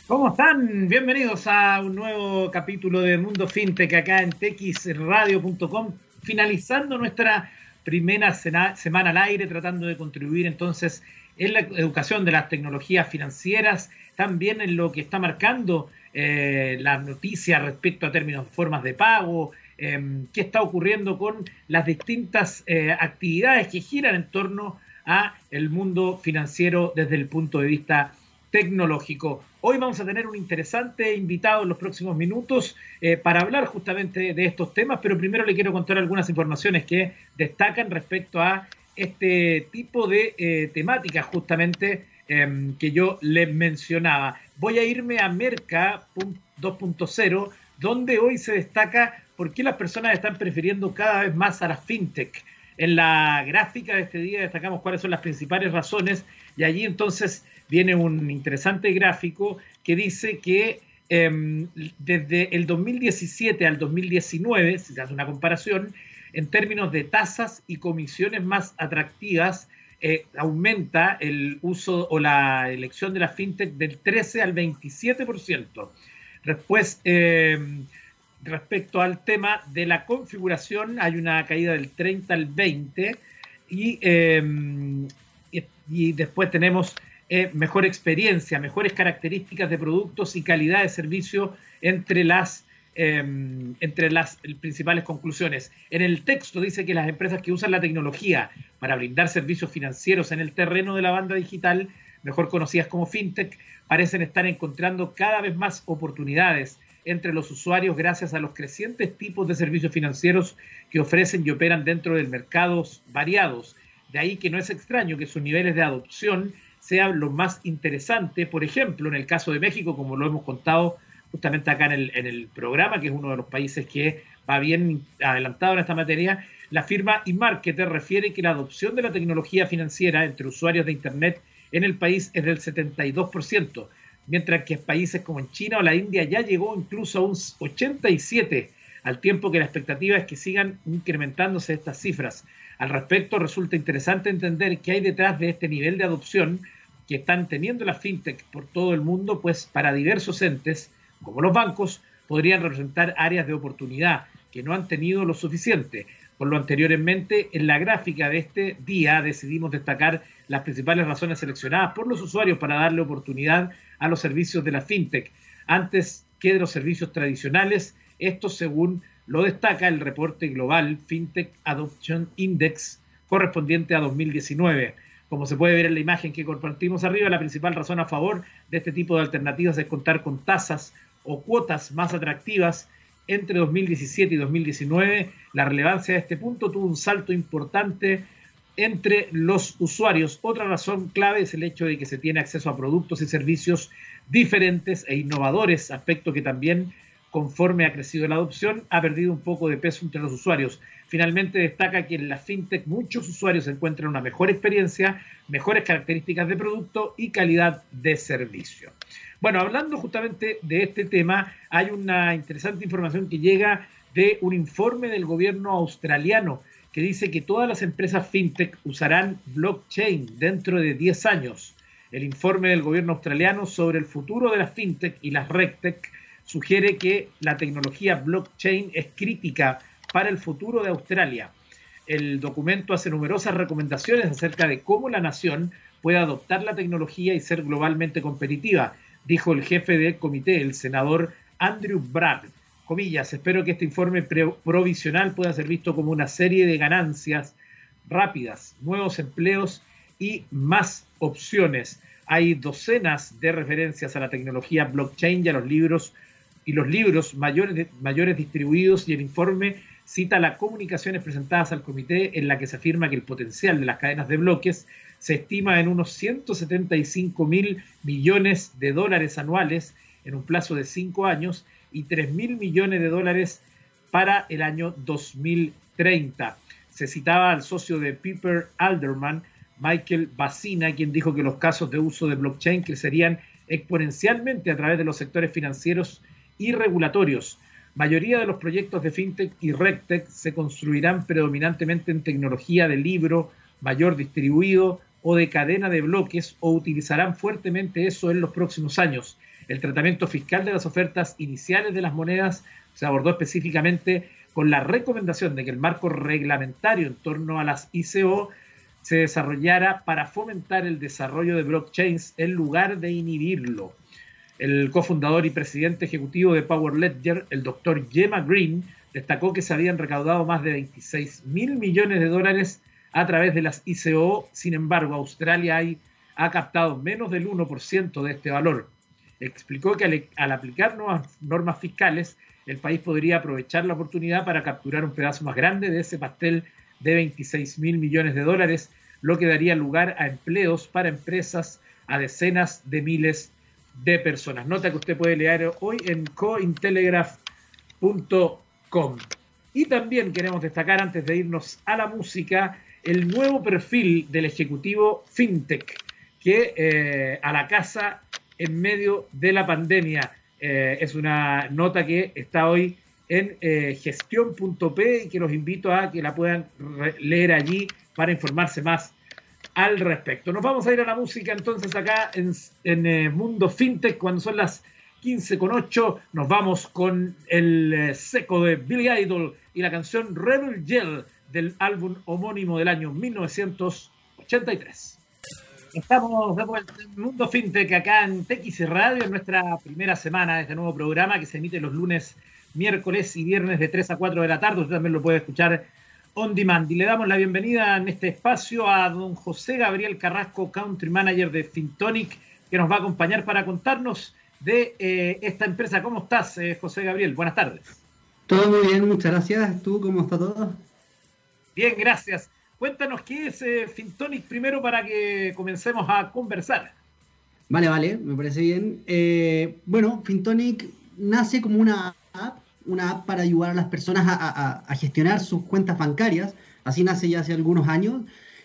¿Cómo están? Bienvenidos a un nuevo capítulo de Mundo Fintech acá en texradio.com, finalizando nuestra primera semana al aire, tratando de contribuir entonces en la educación de las tecnologías financieras, también en lo que está marcando las noticias respecto a términos, formas de pago, qué está ocurriendo con las distintas actividades que giran en torno a el mundo financiero desde el punto de vista tecnológico. Hoy vamos a tener un interesante invitado en los próximos minutos para hablar justamente de estos temas, pero primero le quiero contar algunas informaciones que destacan respecto a este tipo de temáticas justamente que yo les mencionaba. Voy a irme a Merca 2.0, donde hoy se destaca por qué las personas están prefiriendo cada vez más a las fintech. En la gráfica de este día destacamos cuáles son las principales razones y allí entonces viene un interesante gráfico que dice que desde el 2017 al 2019, si se hace una comparación, en términos de tasas y comisiones más atractivas, aumenta el uso o la elección de la fintech del 13 al 27%. Después, respecto al tema de la configuración, hay una caída del 30 al 20 y después tenemos mejor experiencia, mejores características de productos y calidad de servicio entre las principales conclusiones. En el texto dice que las empresas que usan la tecnología para brindar servicios financieros en el terreno de la banda digital, mejor conocidas como fintech, parecen estar encontrando cada vez más oportunidades entre los usuarios gracias a los crecientes tipos de servicios financieros que ofrecen y operan dentro de mercados variados. De ahí que no es extraño que sus niveles de adopción sean lo más interesante. Por ejemplo, en el caso de México, como lo hemos contado justamente acá en el programa, que es uno de los países que va bien adelantado en esta materia, la firma eMarketer refiere que la adopción de la tecnología financiera entre usuarios de Internet en el país es del 72%, mientras que en países como en China o la India ya llegó incluso a un 87%, al tiempo que la expectativa es que sigan incrementándose estas cifras. Al respecto, resulta interesante entender qué hay detrás de este nivel de adopción que están teniendo las fintech por todo el mundo, pues para diversos entes, como los bancos, podrían representar áreas de oportunidad que no han tenido lo suficiente. Por lo anterior en mente, en la gráfica de este día decidimos destacar las principales razones seleccionadas por los usuarios para darle oportunidad a los servicios de la fintech, antes que de los servicios tradicionales. Esto según lo destaca el reporte global Fintech Adoption Index correspondiente a 2019. Como se puede ver en la imagen que compartimos arriba, la principal razón a favor de este tipo de alternativas es contar con tasas o cuotas más atractivas. Entre 2017 y 2019, la relevancia de este punto tuvo un salto importante entre los usuarios. Otra razón clave es el hecho de que se tiene acceso a productos y servicios diferentes e innovadores, aspecto que también, conforme ha crecido la adopción, ha perdido un poco de peso entre los usuarios. Finalmente destaca que en la fintech muchos usuarios encuentran una mejor experiencia, mejores características de producto y calidad de servicio. Bueno, hablando justamente de este tema, hay una interesante información que llega de un informe del gobierno australiano que dice que todas las empresas fintech usarán blockchain dentro de 10 años. El informe del gobierno australiano sobre el futuro de las fintech y las regtech sugiere que la tecnología blockchain es crítica para el futuro de Australia. El documento hace numerosas recomendaciones acerca de cómo la nación puede adoptar la tecnología y ser globalmente competitiva, dijo el jefe del comité, el senador Andrew Bragg. Comillas, espero que este informe provisional pueda ser visto como una serie de ganancias rápidas, nuevos empleos y más opciones. Hay docenas de referencias a la tecnología blockchain y a los libros mayores distribuidos, y el informe cita las comunicaciones presentadas al comité en la que se afirma que el potencial de las cadenas de bloques se estima en unos 175.000 millones de dólares anuales en un plazo de 5 años y 3.000 millones de dólares para el año 2030. Se citaba al socio de Piper Alderman, Michael Bassina, quien dijo que los casos de uso de blockchain crecerían exponencialmente a través de los sectores financieros y regulatorios. Mayoría de los proyectos de fintech y regtech se construirán predominantemente en tecnología de libro mayor distribuido o de cadena de bloques, o utilizarán fuertemente eso en los próximos años. El tratamiento fiscal de las ofertas iniciales de las monedas se abordó específicamente con la recomendación de que el marco reglamentario en torno a las ICO se desarrollara para fomentar el desarrollo de blockchains en lugar de inhibirlo. El cofundador y presidente ejecutivo de Power Ledger, el doctor Gemma Green, destacó que se habían recaudado más de 26.000 millones de dólares a través de las ICO. Sin embargo, Australia ha captado menos del 1% de este valor. Explicó que al aplicar nuevas normas fiscales, el país podría aprovechar la oportunidad para capturar un pedazo más grande de ese pastel de 26.000 millones de dólares, lo que daría lugar a empleos para empresas a decenas de miles de personas. Nota que usted puede leer hoy en cointelegraph.com. Y también queremos destacar, antes de irnos a la música, el nuevo perfil del ejecutivo FinTech, que a la casa en medio de la pandemia. Es una nota que está hoy en gestión.p y que los invito a que la puedan leer allí para informarse más al respecto. Nos vamos a ir a la música entonces acá en Mundo FinTech cuando son las 15:08. Nos vamos con el seco de Billy Idol y la canción Rebel Yell del álbum homónimo del año 1983. Estamos de vuelta en Mundo FinTech acá en TX Radio en nuestra primera semana de este nuevo programa que se emite los lunes, miércoles y viernes de 3 a 4 de la tarde. Usted también lo puede escuchar on demand. Y le damos la bienvenida en este espacio a don José Gabriel Carrasco, Country Manager de Fintonic, que nos va a acompañar para contarnos de esta empresa. ¿Cómo estás, José Gabriel? Buenas tardes. Todo muy bien, muchas gracias. ¿Tú cómo está todo? Bien, gracias. Cuéntanos qué es Fintonic primero para que comencemos a conversar. Vale, me parece bien. Bueno, Fintonic nace como una app para ayudar a las personas a gestionar sus cuentas bancarias. Así nace ya hace algunos años,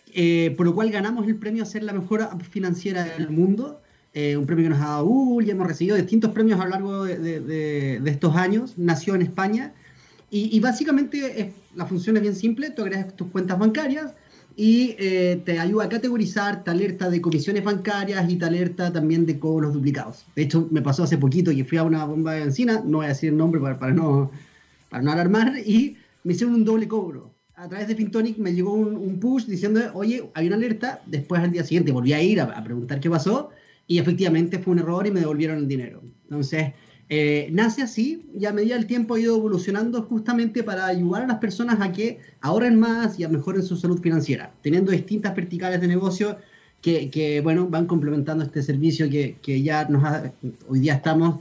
por lo cual ganamos el premio a ser la mejor app financiera del mundo. Un premio que nos ha dado Google y hemos recibido distintos premios a lo largo de estos años. Nació en España y básicamente la función es bien simple. Tú agregas tus cuentas bancarias y te ayuda a categorizar, te alerta de comisiones bancarias y te alerta también de cobros duplicados. De hecho, me pasó hace poquito que fui a una bomba de benzina, no voy a decir el nombre para no alarmar, y me hicieron un doble cobro. A través de Fintonic me llegó un push diciendo, oye, hay una alerta. Después al día siguiente volví a ir a preguntar qué pasó y efectivamente fue un error y me devolvieron el dinero. Entonces, nace así y a medida del tiempo ha ido evolucionando justamente para ayudar a las personas a que ahorren más y a mejoren su salud financiera, teniendo distintas verticales de negocio que bueno, van complementando este servicio que ya hoy día estamos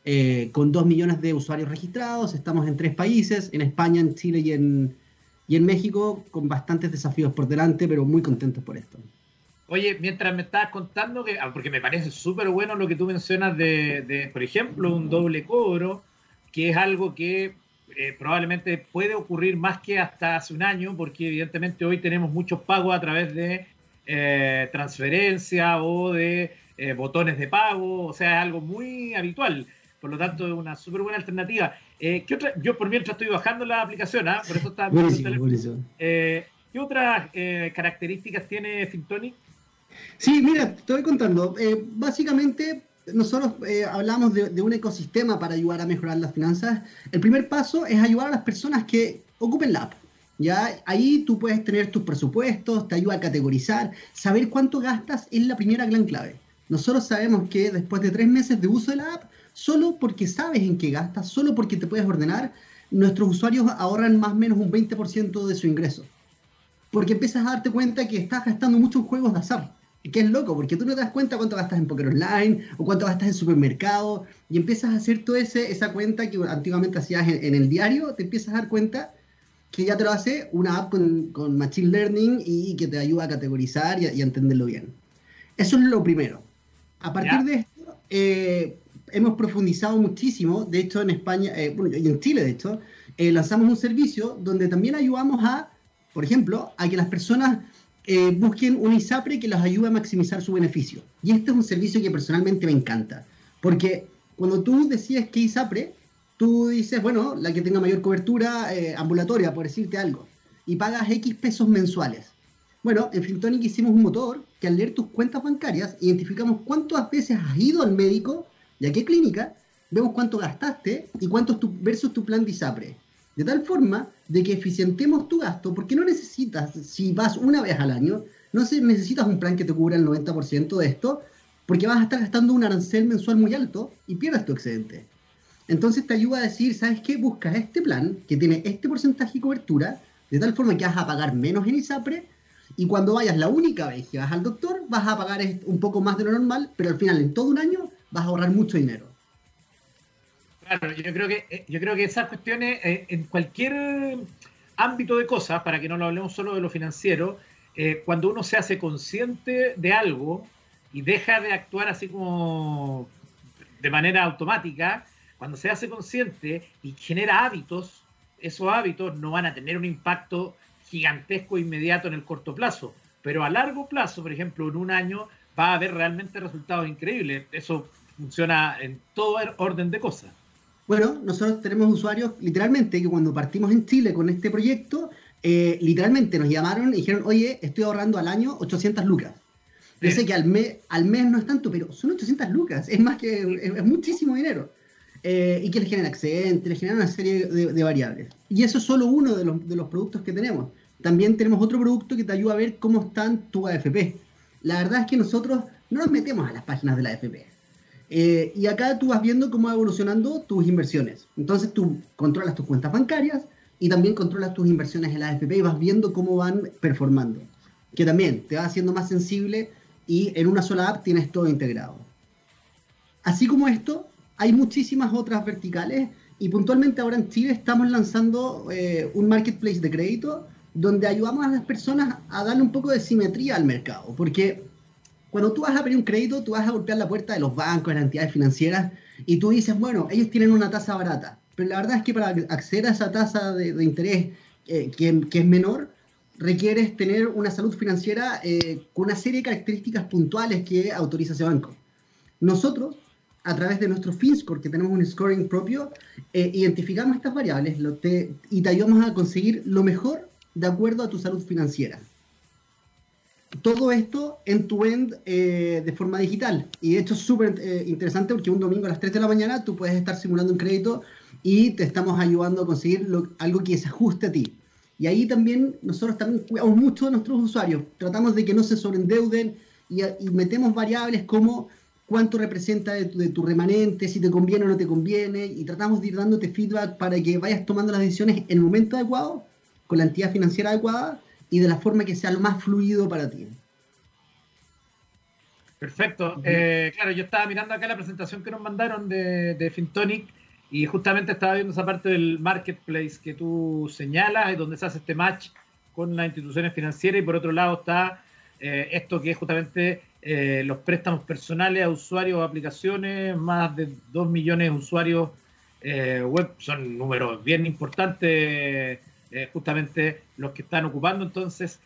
con 2 millones de usuarios registrados, estamos en 3 países, en España, en Chile y en México, con bastantes desafíos por delante, pero muy contentos por esto. Oye, mientras me estabas contando, porque me parece súper bueno lo que tú mencionas de, por ejemplo, un doble cobro, que es algo que probablemente puede ocurrir más que hasta hace un año, porque evidentemente hoy tenemos muchos pagos a través de transferencia o de botones de pago, o sea, es algo muy habitual. Por lo tanto, es una súper buena alternativa. ¿Qué otra? Yo por mientras estoy bajando la aplicación, por eso está... Buenísimo. ¿Qué otras características tiene Fintonic? Sí, mira, te voy contando. Básicamente, nosotros hablamos de un ecosistema para ayudar a mejorar las finanzas. El primer paso es ayudar a las personas que ocupen la app. ¿Ya? Ahí tú puedes tener tus presupuestos, te ayuda a categorizar, saber cuánto gastas es la primera gran clave. Nosotros sabemos que después de 3 meses de uso de la app, solo porque sabes en qué gastas, solo porque te puedes ordenar, nuestros usuarios ahorran más o menos un 20% de su ingreso. Porque empiezas a darte cuenta que estás gastando mucho en juegos de azar. Que es loco, porque tú no te das cuenta cuánto gastas en Poker Online o cuánto gastas en supermercado y empiezas a hacer toda esa cuenta que antiguamente hacías en el diario, te empiezas a dar cuenta que ya te lo hace una app con Machine Learning y que te ayuda a categorizar y a entenderlo bien. Eso es lo primero. A partir de esto, hemos profundizado muchísimo. De hecho, en España, y en Chile, de hecho, lanzamos un servicio donde también ayudamos por ejemplo, a que las personas busquen un ISAPRE que los ayude a maximizar su beneficio. Y este es un servicio que personalmente me encanta. Porque cuando tú decides qué ISAPRE, tú dices, bueno, la que tenga mayor cobertura ambulatoria, por decirte algo, y pagas X pesos mensuales. Bueno, en Fintonic hicimos un motor que al leer tus cuentas bancarias identificamos cuántas veces has ido al médico ¿Y a qué clínica? Vemos cuánto gastaste y cuánto es versus tu plan de ISAPRE. De tal forma de que eficientemos tu gasto, porque no necesitas, si vas una vez al año, no necesitas un plan que te cubra el 90% de esto, porque vas a estar gastando un arancel mensual muy alto y pierdes tu excedente. Entonces te ayuda a decir, ¿sabes qué? Buscas este plan que tiene este porcentaje de cobertura, de tal forma que vas a pagar menos en ISAPRE, y cuando vayas la única vez que vas al doctor, vas a pagar un poco más de lo normal, pero al final, en todo un año, vas a ahorrar mucho dinero. Claro, yo creo que esas cuestiones, en cualquier ámbito de cosas, para que no lo hablemos solo de lo financiero, cuando uno se hace consciente de algo y deja de actuar así como de manera automática, cuando se hace consciente y genera hábitos, esos hábitos no van a tener un impacto gigantesco inmediato en el corto plazo, pero a largo plazo, por ejemplo, en un año, va a haber realmente resultados increíbles. Eso funciona en todo orden de cosas. Bueno, nosotros tenemos usuarios, literalmente, que cuando partimos en Chile con este proyecto, literalmente nos llamaron y dijeron, oye, estoy ahorrando al año 800 lucas. Yo sé que al mes no es tanto, pero son 800 lucas, es más que, es muchísimo dinero. Y que les genera excedente, les genera una serie de variables. Y eso es solo uno de los productos que tenemos. También tenemos otro producto que te ayuda a ver cómo están tus AFP. La verdad es que nosotros no nos metemos a las páginas de la AFP. Y acá tú vas viendo cómo va evolucionando tus inversiones. Entonces tú controlas tus cuentas bancarias y también controlas tus inversiones en la AFP y vas viendo cómo van performando. Que también te va haciendo más sensible y en una sola app tienes todo integrado. Así como esto, hay muchísimas otras verticales y puntualmente ahora en Chile estamos lanzando un marketplace de crédito donde ayudamos a las personas a darle un poco de simetría al mercado. Porque cuando tú vas a pedir un crédito, tú vas a golpear la puerta de los bancos, de las entidades financieras, y tú dices, bueno, ellos tienen una tasa barata. Pero la verdad es que para acceder a esa tasa de interés que es menor, requieres tener una salud financiera con una serie de características puntuales que autoriza ese banco. Nosotros, a través de nuestro FinScore, que tenemos un scoring propio, identificamos estas variables y te ayudamos a conseguir lo mejor de acuerdo a tu salud financiera. Todo esto end-to-end de forma digital. Y de hecho es súper interesante porque un domingo a las 3 de la mañana tú puedes estar simulando un crédito y te estamos ayudando a conseguir algo que se ajuste a ti. Y ahí también nosotros también cuidamos mucho de nuestros usuarios. Tratamos de que no se sobreendeuden y metemos variables como cuánto representa de tu remanente, si te conviene o no te conviene, y tratamos de ir dándote feedback para que vayas tomando las decisiones en el momento adecuado, con la entidad financiera adecuada y de la forma que sea lo más fluido para ti. Perfecto. Claro, yo estaba mirando acá la presentación que nos mandaron de Fintonic y justamente estaba viendo esa parte del marketplace que tú señalas, y donde se hace este match con las instituciones financieras, y por otro lado está esto que es justamente los préstamos personales a usuarios o aplicaciones, más de 2 millones de usuarios web, son números bien importantes, justamente los que están ocupando entonces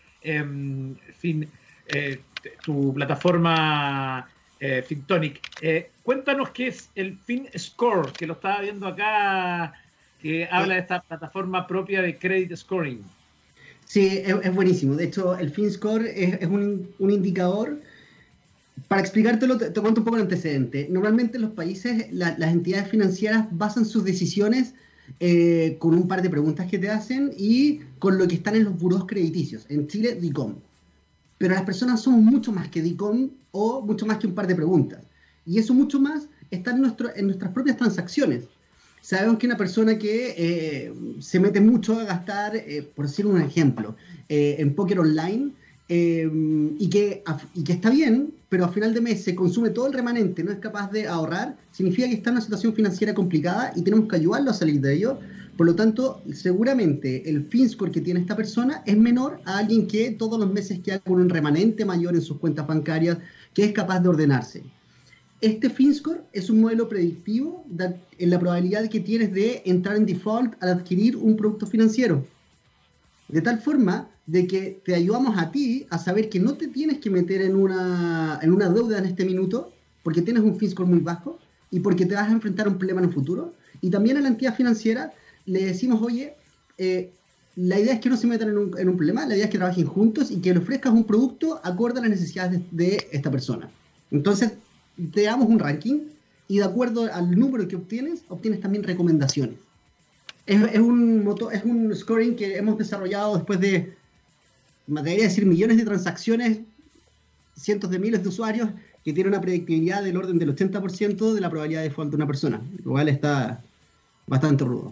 tu plataforma Fintonic. Cuéntanos qué es el FinScore, que lo estaba viendo acá, que habla de esta plataforma propia de credit scoring. Sí, es buenísimo. De hecho, el FinScore es un indicador. Para explicártelo, te cuento un poco el antecedente. Normalmente en los países las entidades financieras basan sus decisiones con un par de preguntas que te hacen y con lo que están en los burós crediticios. En Chile, DICOM. Pero las personas somos mucho más que DICOM o mucho más que un par de preguntas. Y eso mucho más está en nuestras propias transacciones. Sabemos que una persona que se mete mucho a gastar, por decir un ejemplo, en póker online, y que está bien, pero a final de mes se consume todo el remanente, no es capaz de ahorrar, significa que está en una situación financiera complicada y tenemos que ayudarlo a salir de ello. Por lo tanto, seguramente el FinScore que tiene esta persona es menor a alguien que todos los meses queda con un remanente mayor en sus cuentas bancarias, que es capaz de ordenarse. Este FinScore es un modelo predictivo en la probabilidad que tienes de entrar en default al adquirir un producto financiero. De tal forma de que te ayudamos a ti a saber que no te tienes que meter en una deuda en este minuto porque tienes un FinScore muy bajo y porque te vas a enfrentar a un problema en el futuro. Y también a la entidad financiera le decimos, oye, la idea es que no se metan en un problema, la idea es que trabajen juntos y que le ofrezcas un producto acorde a las necesidades de esta persona. Entonces, te damos un ranking y de acuerdo al número que obtienes también recomendaciones. Es un scoring que hemos desarrollado después de, me atrevería a decir, millones de transacciones, cientos de miles de usuarios, que tiene una predictibilidad del orden del 80% de la probabilidad de default de una persona, lo cual está bastante rudo.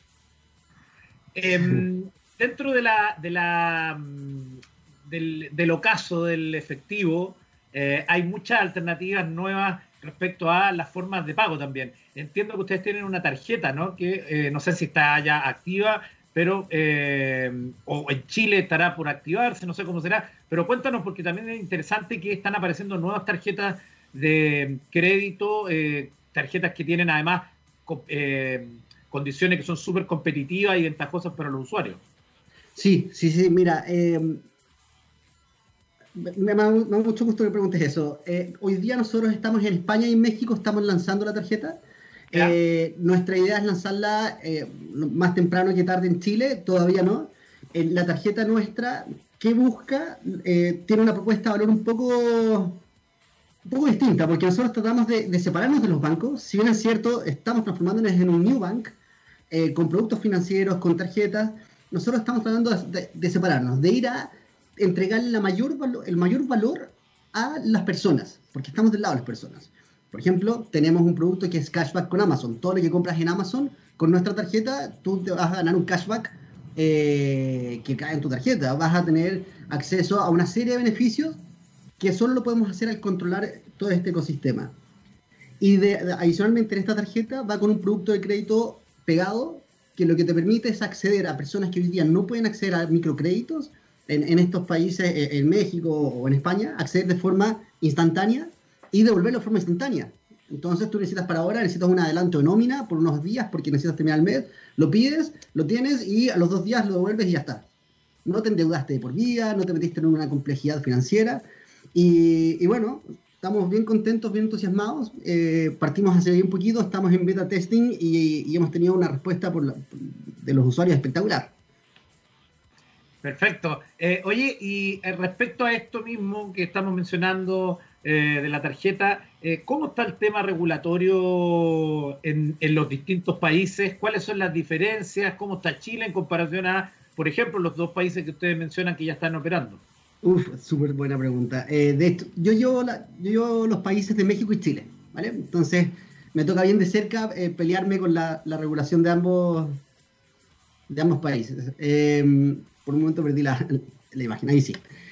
Dentro del ocaso del efectivo, hay muchas alternativas nuevas respecto a las formas de pago también. Entiendo que ustedes tienen una tarjeta, ¿no? Que no sé si está ya activa, pero o en Chile estará por activarse, no sé cómo será, pero cuéntanos, porque también es interesante que están apareciendo nuevas tarjetas de crédito, tarjetas que tienen además condiciones que son súper competitivas y ventajosas para los usuarios. Sí, mira, me da mucho gusto que preguntes eso. Hoy día nosotros estamos en España y en México, estamos lanzando la tarjeta. Nuestra idea es lanzarla más temprano que tarde en Chile, todavía no. La tarjeta nuestra, ¿qué busca? Tiene una propuesta de valor un poco distinta, porque nosotros tratamos de separarnos de los bancos. Si bien es cierto, estamos transformándonos en un new bank, con productos financieros, con tarjetas. Nosotros estamos tratando de separarnos, de ir a entregar el mayor valor a las personas, porque estamos del lado de las personas. Por ejemplo, tenemos un producto que es cashback con Amazon. Todo lo que compras en Amazon, con nuestra tarjeta, tú te vas a ganar un cashback que cae en tu tarjeta. Vas a tener acceso a una serie de beneficios que solo lo podemos hacer al controlar todo este ecosistema. Y adicionalmente en esta tarjeta va con un producto de crédito pegado, que lo que te permite es acceder a personas que hoy día no pueden acceder a microcréditos en estos países, en México o en España, acceder de forma instantánea y devolverlo de forma instantánea. Entonces tú necesitas para ahora, necesitas un adelanto de nómina por unos días porque necesitas terminar el mes, lo pides, lo tienes y a los 2 días lo devuelves y ya está. No te endeudaste de por vida, no te metiste en una complejidad financiera y bueno, estamos bien contentos, bien entusiasmados. Partimos hace bien poquito, estamos en beta testing y hemos tenido una respuesta de los usuarios espectacular. Perfecto. Oye, y respecto a esto mismo que estamos mencionando de la tarjeta, ¿cómo está el tema regulatorio en los distintos países? ¿Cuáles son las diferencias? ¿Cómo está Chile en comparación a, por ejemplo, los 2 países que ustedes mencionan que ya están operando? Súper buena pregunta. De esto, yo llevo los países de México y Chile, ¿vale? Entonces, me toca bien de cerca pelearme con la regulación de ambos países. Por un momento perdí la imagen, ahí sí.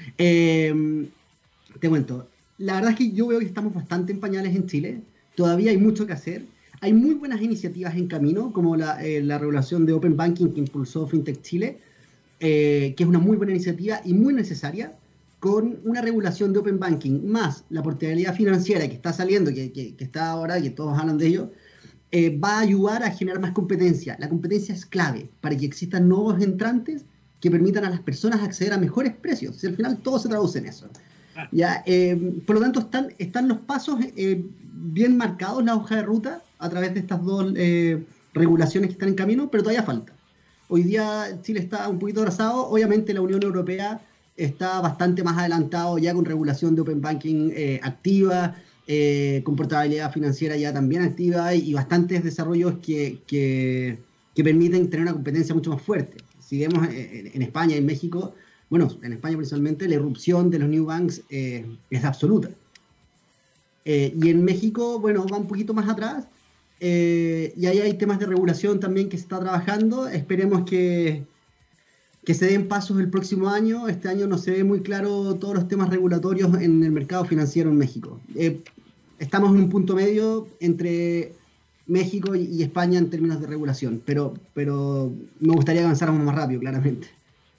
Te cuento, la verdad es que yo veo que estamos bastante en pañales en Chile, todavía hay mucho que hacer. Hay muy buenas iniciativas en camino, como la regulación de Open Banking que impulsó FinTech Chile, que es una muy buena iniciativa y muy necesaria, con una regulación de Open Banking, más la portabilidad financiera que está saliendo, que está ahora, que todos hablan de ello, va a ayudar a generar más competencia. La competencia es clave para que existan nuevos entrantes que permitan a las personas acceder a mejores precios. Si al final todo se traduce en eso. ¿Ya? Por lo tanto, están los pasos bien marcados, la hoja de ruta, a través de estas 2 regulaciones que están en camino, pero todavía falta. Hoy día Chile está un poquito atrasado. Obviamente la Unión Europea está bastante más adelantado ya con regulación de Open Banking activa, con portabilidad financiera ya también activa y bastantes desarrollos que permiten tener una competencia mucho más fuerte. Si vemos en España y en México, bueno, en España principalmente, la irrupción de los new banks es absoluta. Y en México, bueno, va un poquito más atrás. Y ahí hay temas de regulación también que se está trabajando. Esperemos que se den pasos el próximo año. Este año no se ve muy claro todos los temas regulatorios en el mercado financiero en México. Estamos en un punto medio entre México y España en términos de regulación, pero me gustaría que avanzáramos más rápido, claramente.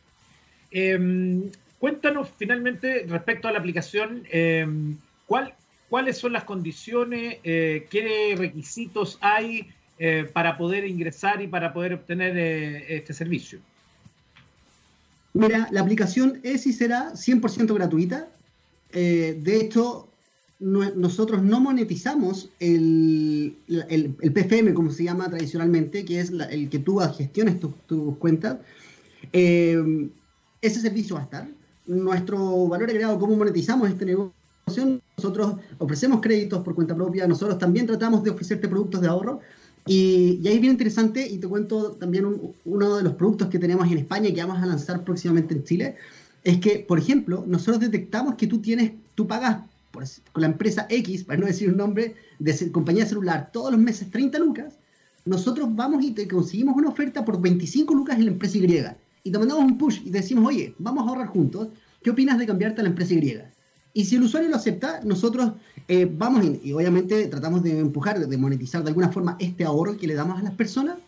Cuéntanos finalmente respecto a la aplicación, ¿cuáles son las condiciones, qué requisitos hay para poder ingresar y para poder obtener este servicio? Mira, la aplicación es y será 100% gratuita. De hecho, nosotros no monetizamos el PFM, como se llama tradicionalmente, que es el que tú gestiones tus cuentas. Ese servicio va a estar. Nuestro valor agregado, cómo monetizamos este negocio, nosotros ofrecemos créditos por cuenta propia, nosotros también tratamos de ofrecerte productos de ahorro. Y ahí es bien interesante, y te cuento también uno de los productos que tenemos en España y que vamos a lanzar próximamente en Chile, es que, por ejemplo, nosotros detectamos que tú pagas con la empresa X, para no decir un nombre, de compañía celular, todos los meses 30 lucas, nosotros vamos y te conseguimos una oferta por 25 lucas en la empresa Y. Y te mandamos un push y te decimos, oye, vamos a ahorrar juntos, ¿qué opinas de cambiarte a la empresa Y? Y si el usuario lo acepta, nosotros vamos y obviamente tratamos de empujar, de monetizar de alguna forma este ahorro que le damos a las personas,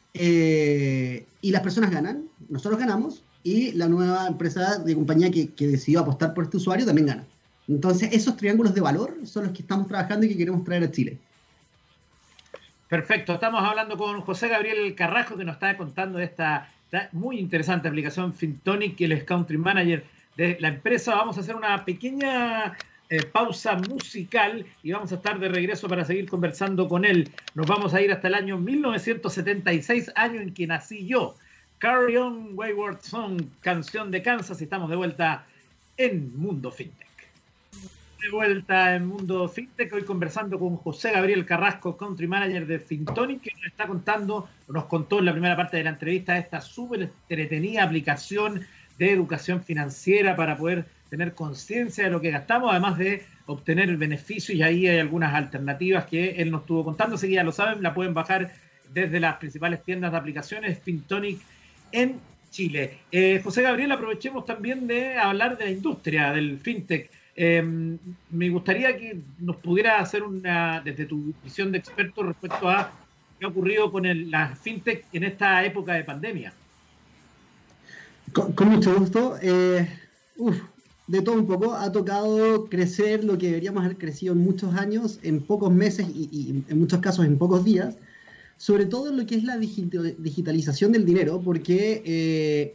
y las personas ganan, nosotros ganamos, y la nueva empresa de compañía que decidió apostar por este usuario también gana. Entonces, esos triángulos de valor son los que estamos trabajando y que queremos traer a Chile. Perfecto, estamos hablando con José Gabriel Carrasco, que nos está contando de esta muy interesante aplicación FinTonic, que él es Country Manager de la empresa. Vamos a hacer una pequeña pausa musical y vamos a estar de regreso para seguir conversando con él. Nos vamos a ir hasta el año 1976, año en que nací yo. Carry On Wayward Song, canción de Kansas, y estamos de vuelta en Mundo FinTech. De vuelta en Mundo FinTech, hoy conversando con José Gabriel Carrasco, Country Manager de FinTonic, que nos contó en la primera parte de la entrevista esta súper entretenida aplicación de educación financiera para poder tener conciencia de lo que gastamos, además de obtener el beneficio, y ahí hay algunas alternativas que él nos estuvo contando, así que ya lo saben, la pueden bajar desde las principales tiendas de aplicaciones FinTonic en Chile. José Gabriel, aprovechemos también de hablar de la industria del FinTech. Me gustaría que nos pudiera hacer desde tu visión de experto respecto a qué ha ocurrido con la FinTech en esta época de pandemia. Con mucho gusto. De todo un poco, ha tocado crecer lo que deberíamos haber crecido en muchos años, en pocos meses y en muchos casos en pocos días, sobre todo en lo que es la digitalización del dinero, porque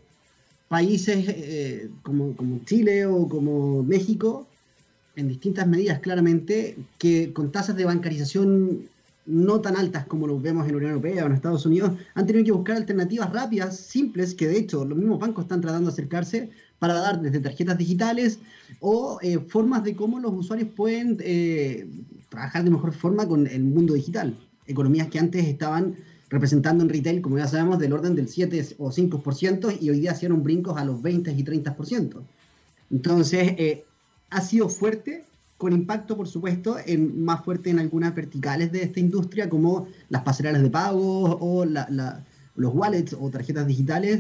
países como Chile o como México, en distintas medidas claramente, que con tasas de bancarización no tan altas como lo vemos en la Unión Europea o en Estados Unidos, han tenido que buscar alternativas rápidas, simples, que de hecho los mismos bancos están tratando de acercarse para dar desde tarjetas digitales o formas de cómo los usuarios pueden trabajar de mejor forma con el mundo digital. Economías que antes estaban representando en retail, como ya sabemos, del orden del 7 o 5%, y hoy día hicieron brincos a los 20 y 30%. Entonces, ha sido fuerte, con impacto, por supuesto, más fuerte en algunas verticales de esta industria, como las pasarelas de pago o los wallets o tarjetas digitales.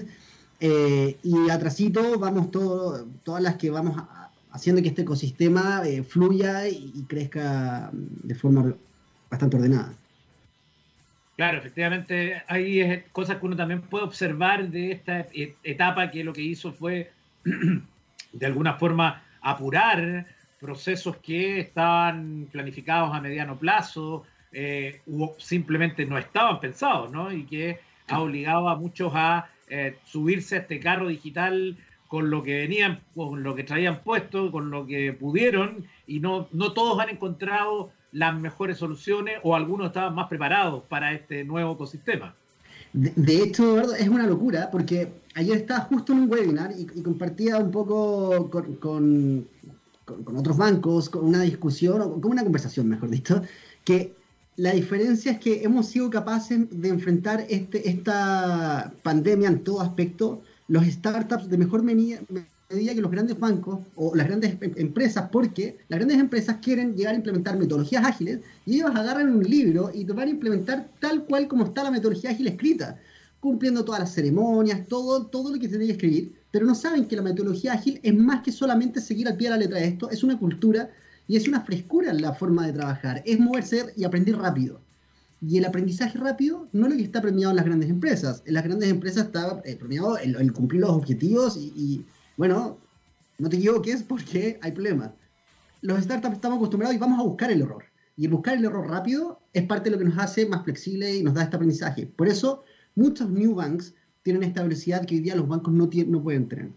Y atrasito vamos todas las que vamos haciendo que este ecosistema fluya y crezca de forma bastante ordenada. Claro, efectivamente, hay cosas que uno también puede observar de esta etapa, que lo que hizo fue, de alguna forma, apurar procesos que estaban planificados a mediano plazo o simplemente no estaban pensados, ¿no? Y que ha obligado a muchos a subirse a este carro digital con lo que venían, con lo que traían puesto, con lo que pudieron, y no todos han encontrado las mejores soluciones, o algunos estaban más preparados para este nuevo ecosistema. De hecho, Eduardo, es una locura, porque ayer estaba justo en un webinar y compartía un poco con otros bancos, con una discusión, o con una conversación, mejor dicho, que la diferencia es que hemos sido capaces de enfrentar esta pandemia en todo aspecto, los startups de mejor medida que los grandes bancos o las grandes empresas, porque las grandes empresas quieren llegar a implementar metodologías ágiles, y ellos agarran un libro y te van a implementar tal cual como está la metodología ágil escrita, cumpliendo todas las ceremonias, todo lo que se tiene que escribir, pero no saben que la metodología ágil es más que solamente seguir al pie de la letra de esto, es una cultura y es una frescura en la forma de trabajar, es moverse y aprender rápido. Y el aprendizaje rápido no es lo que está premiado en las grandes empresas. En las grandes empresas está premiado el cumplir los objetivos y bueno, no te equivoques porque hay problemas. Los startups estamos acostumbrados y vamos a buscar el error. Y el buscar el error rápido es parte de lo que nos hace más flexible y nos da este aprendizaje. Por eso, muchos new banks tienen esta velocidad que hoy día los bancos no pueden tener.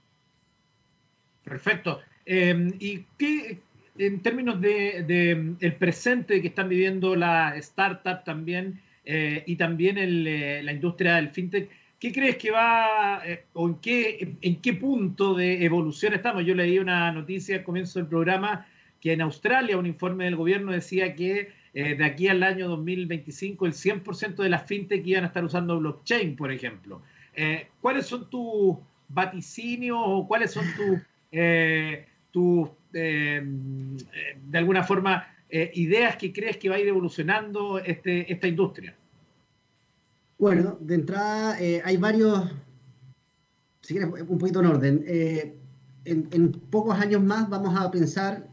Perfecto. ¿Y qué, en términos de el presente que están viviendo la startup también y también la industria del fintech, qué crees que va o en qué punto de evolución estamos? Yo leí una noticia al comienzo del programa que en Australia un informe del gobierno decía que de aquí al año 2025 el 100% de las fintech iban a estar usando blockchain, por ejemplo. ¿Cuáles son tus vaticinios o cuáles son de alguna forma, ideas que crees que va a ir evolucionando esta industria? Bueno, de entrada hay varios, si quieres, un poquito en orden. En pocos años más vamos a pensar,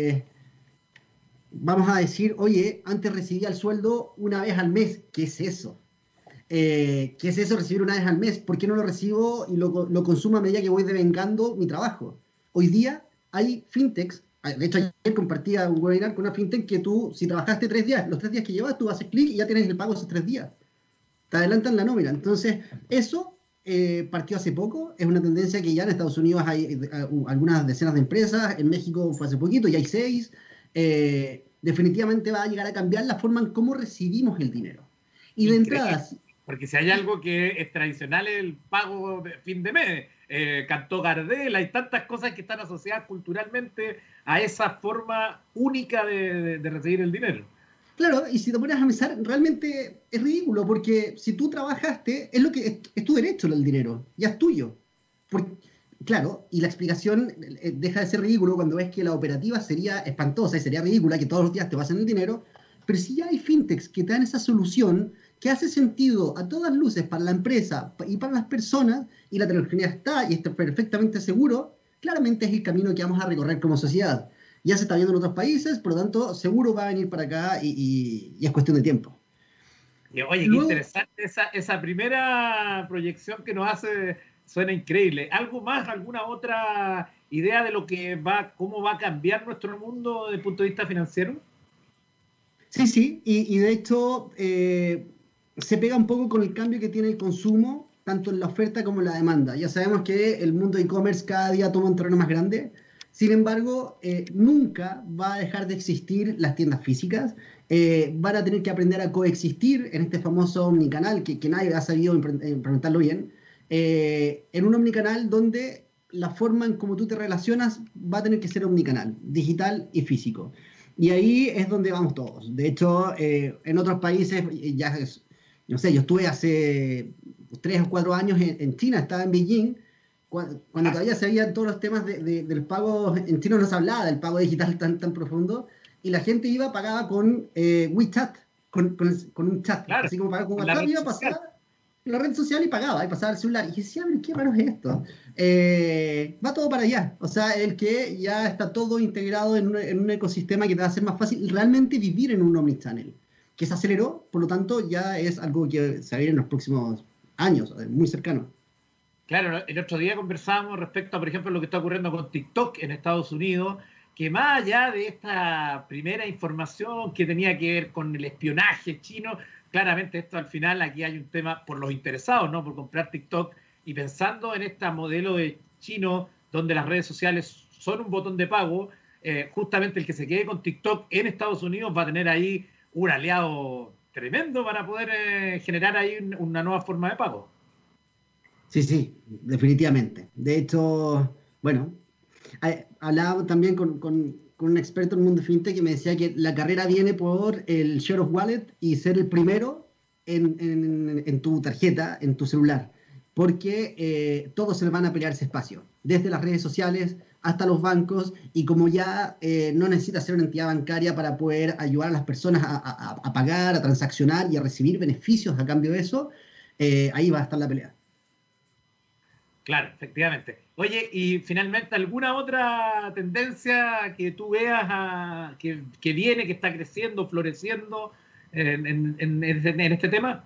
vamos a decir, oye, antes recibía el sueldo una vez al mes. ¿Qué es eso? ¿Qué es eso recibir una vez al mes? ¿Por qué no lo recibo y lo consumo a medida que voy devengando mi trabajo? Hoy día hay fintechs, de hecho ayer compartía un webinar con una fintech que tú, si trabajaste 3 días, los 3 días que llevas, tú haces clic y ya tienes el pago esos 3 días. Te adelantan la nómina. Entonces, eso partió hace poco, es una tendencia que ya en Estados Unidos hay algunas decenas de empresas, en México fue hace poquito, ya hay 6. Definitivamente va a llegar a cambiar la forma en cómo recibimos el dinero. Y de entrada... Porque si hay algo que es tradicional es el pago de fin de mes. Cantó Gardel, hay tantas cosas que están asociadas culturalmente a esa forma única de recibir el dinero. Claro, y si te pones a pensar, realmente es ridículo, porque si tú trabajaste, es tu derecho el dinero, ya es tuyo. Claro, y la explicación deja de ser ridículo cuando ves que la operativa sería espantosa y sería ridícula, que todos los días te pasen el dinero, pero si ya hay fintechs que te dan esa solución que hace sentido a todas luces para la empresa y para las personas, y la tecnología está y está perfectamente seguro, claramente es el camino que vamos a recorrer como sociedad. Ya se está viendo en otros países, por lo tanto, seguro va a venir para acá y es cuestión de tiempo. Oye, luego, qué interesante esa primera proyección que nos hace, suena increíble. ¿Algo más, alguna otra idea de cómo va a cambiar nuestro mundo desde el punto de vista financiero? Sí, y de hecho se pega un poco con el cambio que tiene el consumo, tanto en la oferta como en la demanda. Ya sabemos que el mundo de e-commerce cada día toma un terreno más grande. Sin embargo, nunca va a dejar de existir las tiendas físicas. Van a tener que aprender a coexistir en este famoso omnicanal, que nadie ha sabido implementarlo bien, en un omnicanal donde la forma en cómo tú te relacionas va a tener que ser omnicanal, digital y físico. Y ahí es donde vamos todos. De hecho, en otros países, no sé, yo estuve hace 3 o 4 años en China, estaba en Beijing, cuando todavía se veían todos los temas del pago, en chino no se hablaba del pago digital tan profundo, y la gente pagaba con WeChat, con un chat, claro, así como pagaba con WhatsApp, iba a pasar la red social y pasaba el celular, y decía, pero qué raro es esto. Va todo para allá, o sea, el que ya está todo integrado en un ecosistema que te va a hacer más fácil realmente vivir en un omnichannel, que se aceleró, por lo tanto ya es algo que se va a ver en los próximos años, muy cercano. Claro, el otro día conversábamos respecto a, por ejemplo, lo que está ocurriendo con TikTok en Estados Unidos, que más allá de esta primera información que tenía que ver con el espionaje chino, claramente esto al final, aquí hay un tema por los interesados, ¿no? Por comprar TikTok, y pensando en este modelo de chino, donde las redes sociales son un botón de pago, justamente el que se quede con TikTok en Estados Unidos va a tener ahí un aliado tremendo para poder generar ahí una nueva forma de pago. Sí, definitivamente. De hecho, bueno, hablaba también con un experto en el mundo de fintech que me decía que la carrera viene por el share of wallet y ser el primero en tu tarjeta, en tu celular, porque todos se van a pelear ese espacio, desde las redes sociales hasta los bancos, y como ya no necesitas ser una entidad bancaria para poder ayudar a las personas a pagar, a transaccionar y a recibir beneficios a cambio de eso, ahí va a estar la pelea. Claro, efectivamente. Oye, y finalmente, ¿alguna otra tendencia que tú veas que viene, que está creciendo, floreciendo en este tema?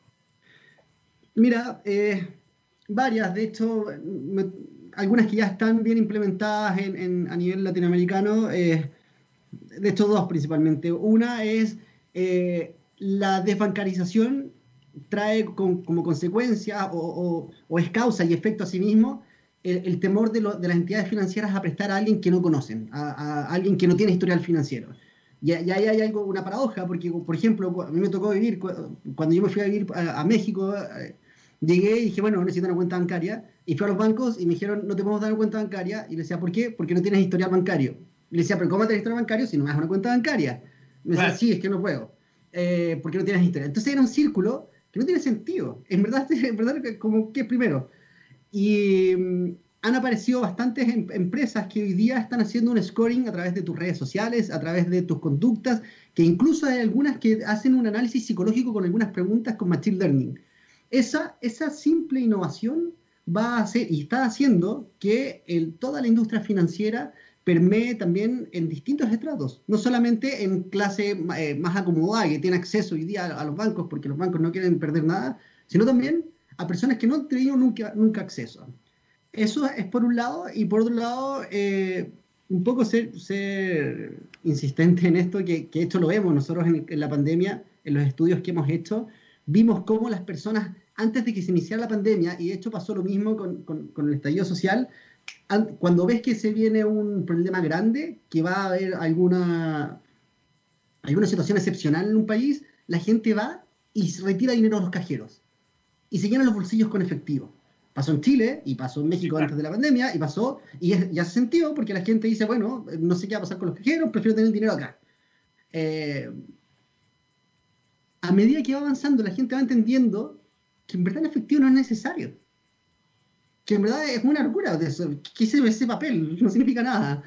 Mira, varias, de hecho, algunas que ya están bien implementadas a nivel latinoamericano, de hecho 2 principalmente. Una es la desbancarización trae como consecuencia o es causa y efecto a sí mismo el temor de las entidades financieras a prestar a alguien que no conocen, a alguien que no tiene historial financiero. Y ahí hay una paradoja, porque, por ejemplo, a mí me tocó vivir, cuando yo me fui a vivir a México, llegué y dije, bueno, necesito una cuenta bancaria, y fui a los bancos y me dijeron, no te podemos dar una cuenta bancaria, y le decía, ¿por qué? Porque no tienes historial bancario. Le decía, pero ¿cómo administrador bancario si no me das una cuenta bancaria? Me decía, sí, es que no puedo. Porque no tienes historia. Entonces era un círculo que no tiene sentido. En verdad, como que primero. Y han aparecido bastantes empresas que hoy día están haciendo un scoring a través de tus redes sociales, a través de tus conductas, que incluso hay algunas que hacen un análisis psicológico con algunas preguntas con Machine Learning. Esa simple innovación va a hacer y está haciendo que toda la industria financiera permee también en distintos estratos, no solamente en clase más acomodada, que tiene acceso hoy día a los bancos porque los bancos no quieren perder nada, sino también a personas que no han tenido nunca acceso. Eso es por un lado, y por otro lado, un poco ser insistente en esto, que esto lo vemos nosotros en la pandemia, en los estudios que hemos hecho, vimos cómo las personas, antes de que se iniciara la pandemia, y de hecho pasó lo mismo con el estallido social, cuando ves que se viene un problema grande, que va a haber alguna situación excepcional en un país, la gente va y retira dinero a los cajeros y se llenan los bolsillos con efectivo. Pasó en Chile y pasó en México antes de la pandemia y ya hace sentido porque la gente dice, bueno, no sé qué va a pasar con los cajeros, prefiero tener el dinero acá. A medida que va avanzando, la gente va entendiendo que en verdad el efectivo no es necesario. Que en verdad es una locura. ¿Qué sirve ese papel? No significa nada.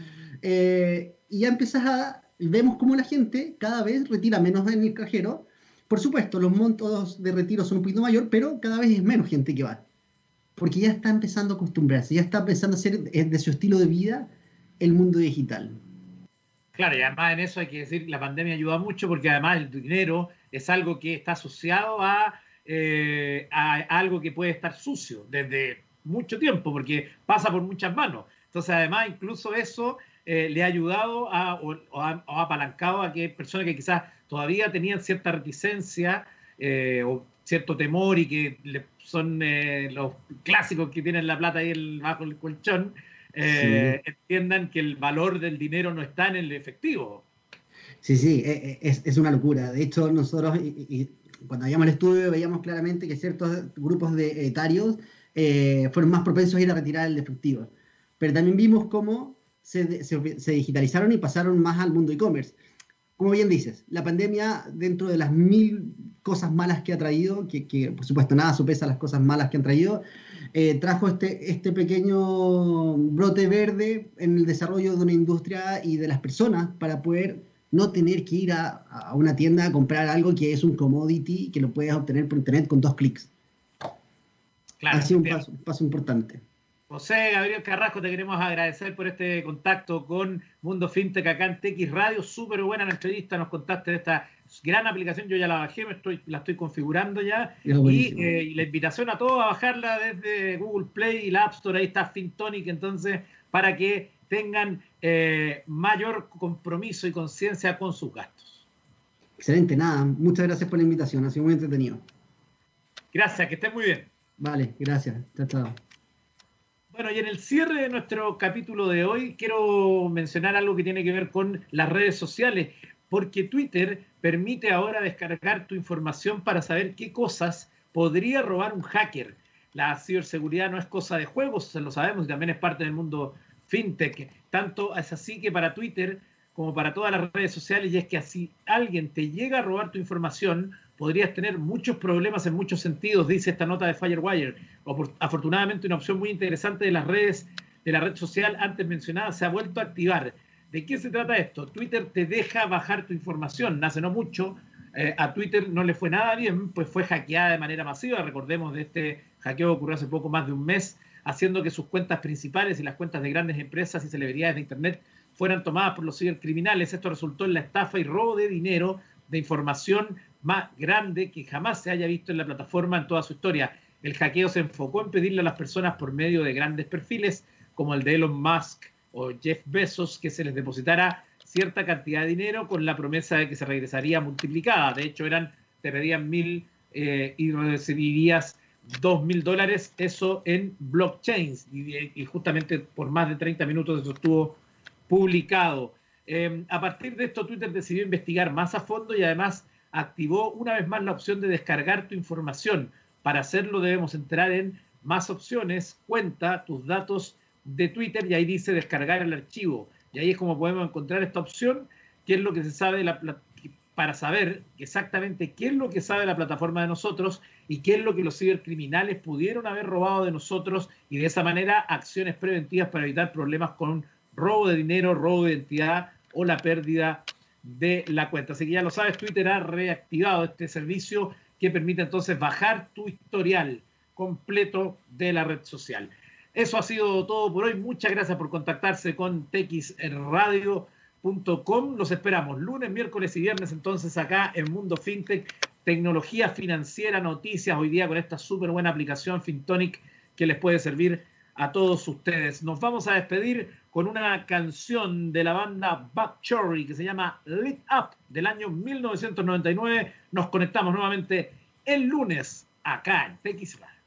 Y ya vemos cómo la gente cada vez retira menos en el cajero. Por supuesto, los montos de retiro son un poquito mayor, pero cada vez es menos gente que va. Porque ya está empezando a acostumbrarse, ya está empezando a hacer de su estilo de vida el mundo digital. Claro, y además en eso hay que decir, la pandemia ayuda mucho porque además el dinero es algo que está asociado a algo que puede estar sucio desde mucho tiempo, porque pasa por muchas manos. Entonces, además, incluso eso le ha ayudado o ha apalancado a que personas que quizás todavía tenían cierta reticencia o cierto temor y que son los clásicos que tienen la plata ahí bajo el colchón, entiendan que el valor del dinero no está en el efectivo. Sí, es una locura. De hecho, nosotros, cuando hacíamos el estudio, veíamos claramente que ciertos grupos de etarios fueron más propensos a ir a retirar el efectivo. Pero también vimos cómo se digitalizaron y pasaron más al mundo e-commerce. Como bien dices, la pandemia, dentro de las 1000 cosas malas que ha traído, que por supuesto nada supera las cosas malas que han traído, trajo este pequeño brote verde en el desarrollo de una industria y de las personas para poder no tener que ir a una tienda a comprar algo que es un commodity que lo puedes obtener por internet con 2 clics. Claro, ha sido un paso importante. José Gabriel Carrasco, te queremos agradecer por este contacto con Mundo Fintech acá en TX Radio. Súper buena la entrevista, nos contaste de esta gran aplicación. Yo ya la bajé, la estoy configurando ya. Y la invitación a todos a bajarla desde Google Play y la App Store. Ahí está FinTonic, entonces, para que tengan mayor compromiso y conciencia con sus gastos. Excelente, nada. Muchas gracias por la invitación. Ha sido muy entretenido. Gracias, que estén muy bien. Vale, gracias. Chao. Bueno, y en el cierre de nuestro capítulo de hoy quiero mencionar algo que tiene que ver con las redes sociales, porque Twitter permite ahora descargar tu información para saber qué cosas podría robar un hacker. La ciberseguridad no es cosa de juegos, lo sabemos, y también es parte del mundo fintech. Tanto es así que para Twitter como para todas las redes sociales, y es que si alguien te llega a robar tu información, podrías tener muchos problemas en muchos sentidos, dice esta nota de Firewire. Afortunadamente, una opción muy interesante de las redes, de la red social antes mencionada, se ha vuelto a activar. ¿De qué se trata esto? Twitter te deja bajar tu información. Hace no mucho, a Twitter no le fue nada bien, pues fue hackeada de manera masiva. Recordemos de este hackeo que ocurrió hace poco más de un mes, haciendo que sus cuentas principales y las cuentas de grandes empresas y celebridades de Internet fueran tomadas por los cibercriminales. Esto resultó en la estafa y robo de dinero, de información más grande que jamás se haya visto en la plataforma en toda su historia. El hackeo se enfocó en pedirle a las personas por medio de grandes perfiles como el de Elon Musk o Jeff Bezos que se les depositara cierta cantidad de dinero con la promesa de que se regresaría multiplicada. De hecho, te pedían 1.000 y recibirías $2.000, eso en blockchains. Y justamente por más de 30 minutos eso estuvo publicado. A partir de esto, Twitter decidió investigar más a fondo y además activó una vez más la opción de descargar tu información. Para hacerlo debemos entrar en más opciones, cuenta, tus datos de Twitter, y ahí dice descargar el archivo. Y ahí es como podemos encontrar esta opción, qué es lo que se sabe para saber exactamente qué es lo que sabe la plataforma de nosotros y qué es lo que los cibercriminales pudieron haber robado de nosotros, y de esa manera acciones preventivas para evitar problemas con robo de dinero, robo de identidad o la pérdida de la cuenta. Así que ya lo sabes, Twitter ha reactivado este servicio que permite entonces bajar tu historial completo de la red social. Eso ha sido todo por hoy. Muchas gracias por contactarse con TXRadio.com. Los esperamos lunes, miércoles y viernes entonces acá en Mundo FinTech, tecnología financiera, noticias, hoy día con esta súper buena aplicación FinTonic que les puede servir a todos ustedes. Nos vamos a despedir con una canción de la banda Buck Cherry que se llama Lit Up del año 1999. Nos conectamos nuevamente el lunes acá en TX Radio.